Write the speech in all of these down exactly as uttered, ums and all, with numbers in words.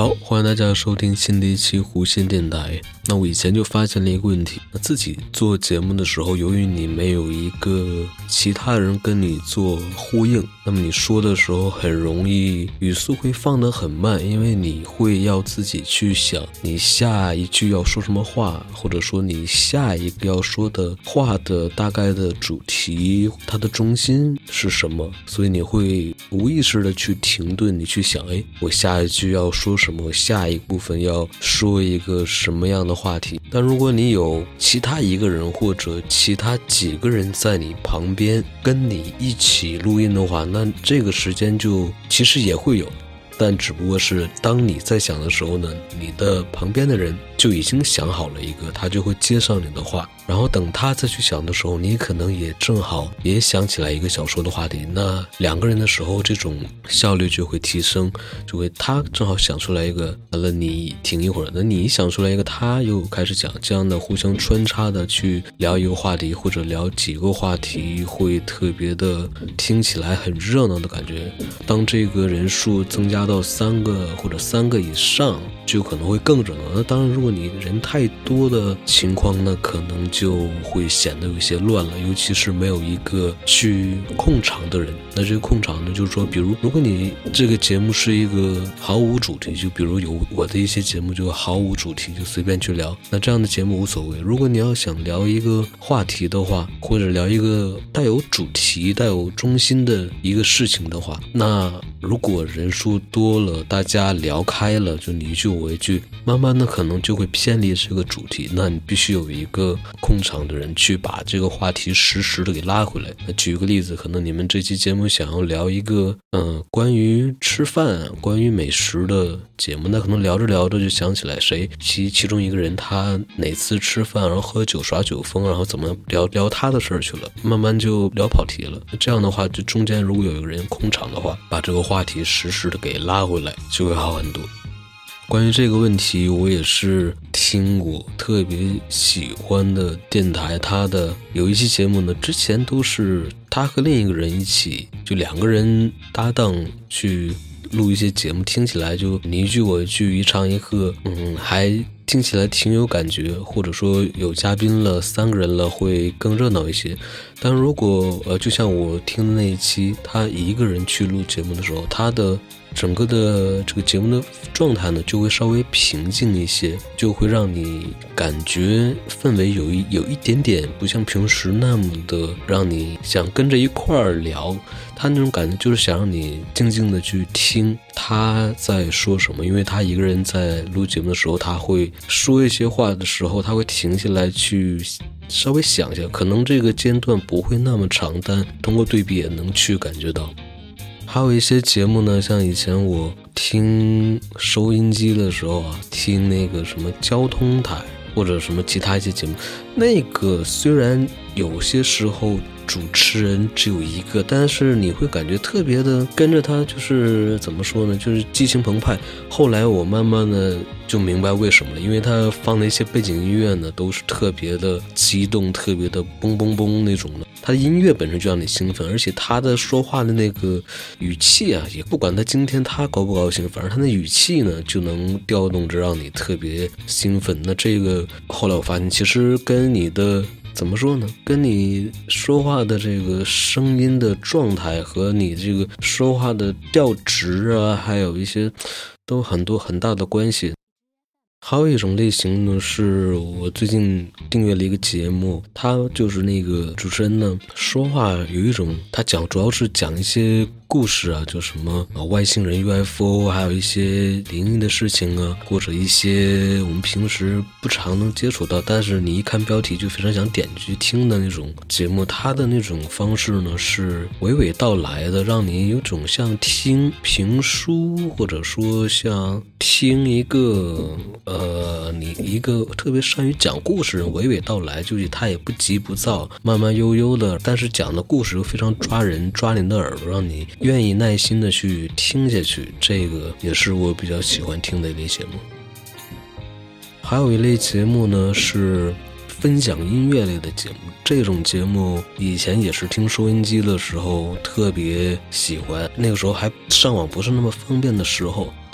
好，欢迎大家收听新的一期弧线电台。那我以前就发现了一个问题，那自己做节目的时候，由于你没有一个其他人跟你做呼应，那么你说的时候很容易语速会放得很慢，因为你会要自己去想你下一句要说什么话，或者说你下一个要说的话的大概的主题，它的中心是什么，所以你会无意识的去停顿，你去想，哎，我下一句要说什么，我下一部分要说一个什么样的话题。但如果你有其他一个人或者其他几个人在你旁边跟你一起录音的话，那这个时间就其实也会有，但只不过是当你在想的时候呢，你的旁边的人就已经想好了一个，他就会接上你的话，然后等他再去想的时候，你可能也正好也想起来一个想说的话题，那两个人的时候这种效率就会提升，就会他正好想出来一个，完了你停一会儿，那你想出来一个，他又开始讲，这样的互相穿插的去聊一个话题或者聊几个话题，会特别的听起来很热闹的感觉。当这个人数增加到三个或者三个以上，就可能会更热闹。那当然如果你人太多的情况呢，可能就会显得有些乱了，尤其是没有一个去控场的人。那这个控场呢，就是说比如如果你这个节目是一个毫无主题，就比如有我的一些节目就毫无主题，就随便去聊，那这样的节目无所谓。如果你要想聊一个话题的话，或者聊一个带有主题带有中心的一个事情的话，那如果人数多了，大家聊开了，就你一句我一句，慢慢的可能就会偏离这个主题，那你必须有一个控场的人去把这个话题实时的给拉回来。那举个例子，可能你们这期节目想要聊一个嗯关于吃饭关于美食的节目，那可能聊着聊着就想起来谁其其中一个人他哪次吃饭然后喝酒耍酒疯，然后怎么聊聊他的事儿去了，慢慢就聊跑题了。这样的话，就中间如果有一个人控场的话，把这个话题实时的给拉回来就会好很多。关于这个问题，我也是听过特别喜欢的电台，他的有一期节目呢，之前都是他和另一个人一起，就两个人搭档去录一些节目，听起来就你一句我一句，一唱一和，嗯，还听起来挺有感觉，或者说有嘉宾了，三个人了会更热闹一些。但如果呃，就像我听的那一期，他一个人去录节目的时候，他的整个的这个节目的状态呢，就会稍微平静一些，就会让你感觉氛围有一有一点点不像平时那么的让你想跟着一块儿聊，他那种感觉就是想让你静静的去听他在说什么。因为他一个人在录节目的时候，他会说一些话的时候，他会停下来去稍微想一下，可能这个间断不会那么长，但通过对比也能去感觉到。还有一些节目呢，像以前我听收音机的时候啊，听那个什么交通台或者什么其他一些节目，那个虽然有些时候主持人只有一个，但是你会感觉特别的跟着他，就是怎么说呢，就是激情澎湃。后来我慢慢的就明白为什么了，因为他放的一些背景音乐呢，都是特别的激动，特别的嘣嘣嘣那种的。他的音乐本身就让你兴奋，而且他的说话的那个语气啊，也不管他今天他高不高兴，反正他的语气呢就能调动着让你特别兴奋。那这个后来我发现，其实跟你的怎么说呢，跟你说话的这个声音的状态和你这个说话的调值啊，还有一些都很多很大的关系。还有一种类型呢，是我最近订阅了一个节目，他就是那个主持人呢说话有一种，他讲主要是讲一些故事啊，就什么、啊、外星人 U F O， 还有一些灵异的事情啊，或者一些我们平时不常能接触到，但是你一看标题就非常想点进去听的那种节目。他的那种方式呢是娓娓道来的，让你有种像听评书，或者说像听一个呃，你一个特别善于讲故事人娓娓道来，就是他也不急不躁，慢慢悠悠的，但是讲的故事又非常抓人，抓你的耳朵，让你愿意耐心的去听下去。这个也是我比较喜欢听的一类节目。还有一类节目呢是分享音乐类的节目，这种节目以前也是听收音机的时候特别喜欢，那个时候还上网不是那么方便的时候，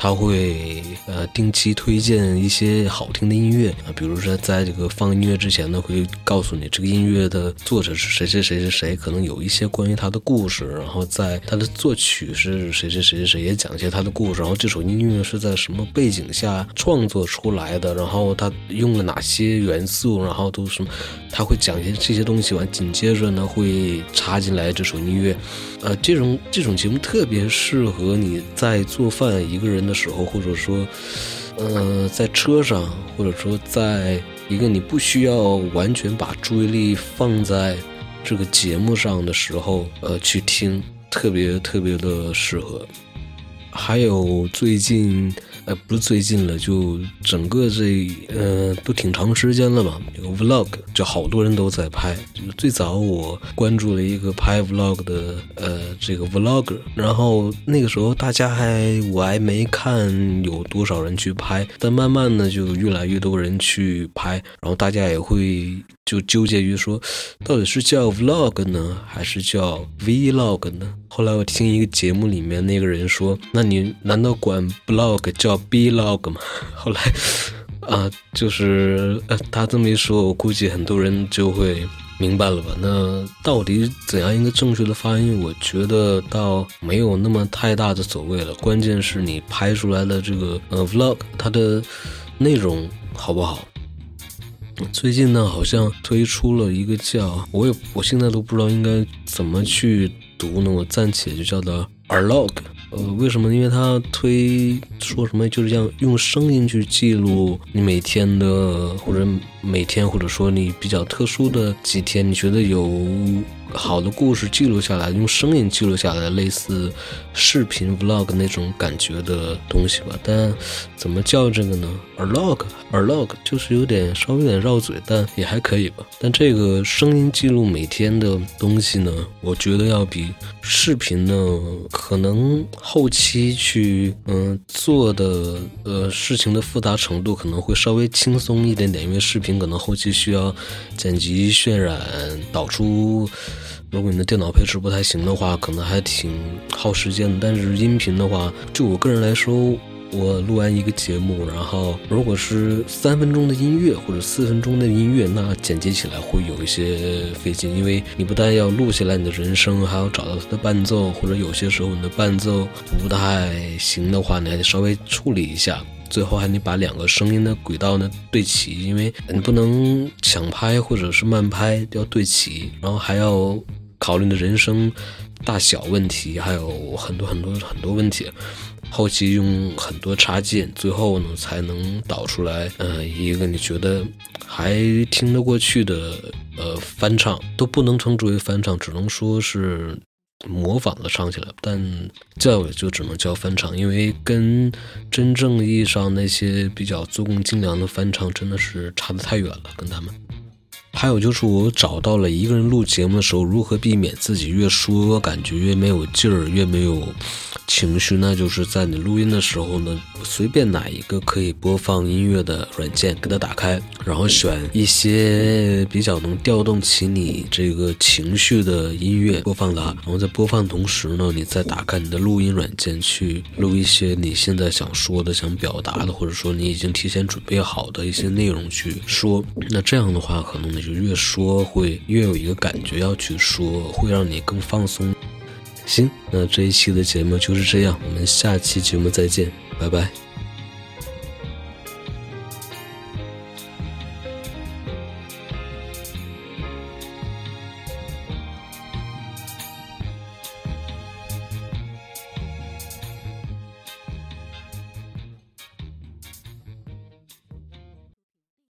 他会呃定期推荐一些好听的音乐啊，比如说在这个放音乐之前呢，会告诉你这个音乐的作者是谁谁谁谁谁，可能有一些关于他的故事，然后在他的作曲是谁谁谁谁谁，也讲一些他的故事，然后这首音乐是在什么背景下创作出来的，然后他用了哪些元素，然后都什么，他会讲一些这些东西完，紧接着呢会插进来这首音乐。呃，这种这种节目特别适合你在做饭一个人的时候，或者说呃在车上，或者说在一个你不需要完全把注意力放在这个节目上的时候呃去听，特别特别的适合。还有最近呃不是最近了，就整个这呃都挺长时间了吧，有个 vlog 就好多人都在拍。就是最早我关注了一个拍 vlog 的呃这个 vlogger， 然后那个时候大家还我还没看有多少人去拍，但慢慢的就越来越多人去拍，然后大家也会就纠结于说到底是叫 vlog 呢还是叫 vlog 呢。后来我听一个节目里面那个人说，那你难道管 blog 叫 blog 吗？后来啊、呃，就是呃他这么一说，我估计很多人就会明白了吧。那到底怎样一个正确的发音，我觉得倒没有那么太大的所谓了，关键是你拍出来的这个呃 vlog 它的内容好不好。最近呢好像推出了一个叫，我也我现在都不知道应该怎么去读呢，我暂且就叫它 vlog。 呃，为什么？因为他推说什么就是这样用声音去记录你每天的，或者每天或者说你比较特殊的几天你觉得有好的故事记录下来，用声音记录下来，类似视频 vlog 那种感觉的东西吧。但怎么叫这个呢？ vlog vlog 就是有点稍微有点绕嘴，但也还可以吧。但这个声音记录每天的东西呢，我觉得要比视频呢可能后期去嗯做的呃事情的复杂程度可能会稍微轻松一点点，因为视频可能后期需要剪辑渲染导出，如果你的电脑配置不太行的话，可能还挺耗时间的。但是音频的话，就我个人来说，我录完一个节目，然后如果是三分钟的音乐或者四分钟的音乐，那剪辑起来会有一些费劲，因为你不但要录下来你的人声，还要找到它的伴奏，或者有些时候你的伴奏不太行的话，你还得稍微处理一下。最后还得把两个声音的轨道呢对齐，因为你不能抢拍或者是慢拍，要对齐，然后还要考虑你的人声大小问题，还有很多很多很多问题。后期用很多插件，最后呢才能导出来呃一个你觉得还听得过去的呃翻唱，都不能称之为翻唱，只能说是模仿的唱起来，但叫也就只能叫翻唱，因为跟真正意义上那些比较做工精良的翻唱真的是差得太远了，跟他们。还有就是我找到了一个人录节目的时候如何避免自己越说感觉越没有劲儿，越没有情绪，那就是在你录音的时候呢，随便哪一个可以播放音乐的软件给它打开，然后选一些比较能调动起你这个情绪的音乐播放它，然后在播放的同时呢，你再打开你的录音软件去录一些你现在想说的想表达的，或者说你已经提前准备好的一些内容去说。那这样的话可能你就越说会越有一个感觉要去说，会让你更放松。行，那这一期的节目就是这样，我们下期节目再见，拜拜。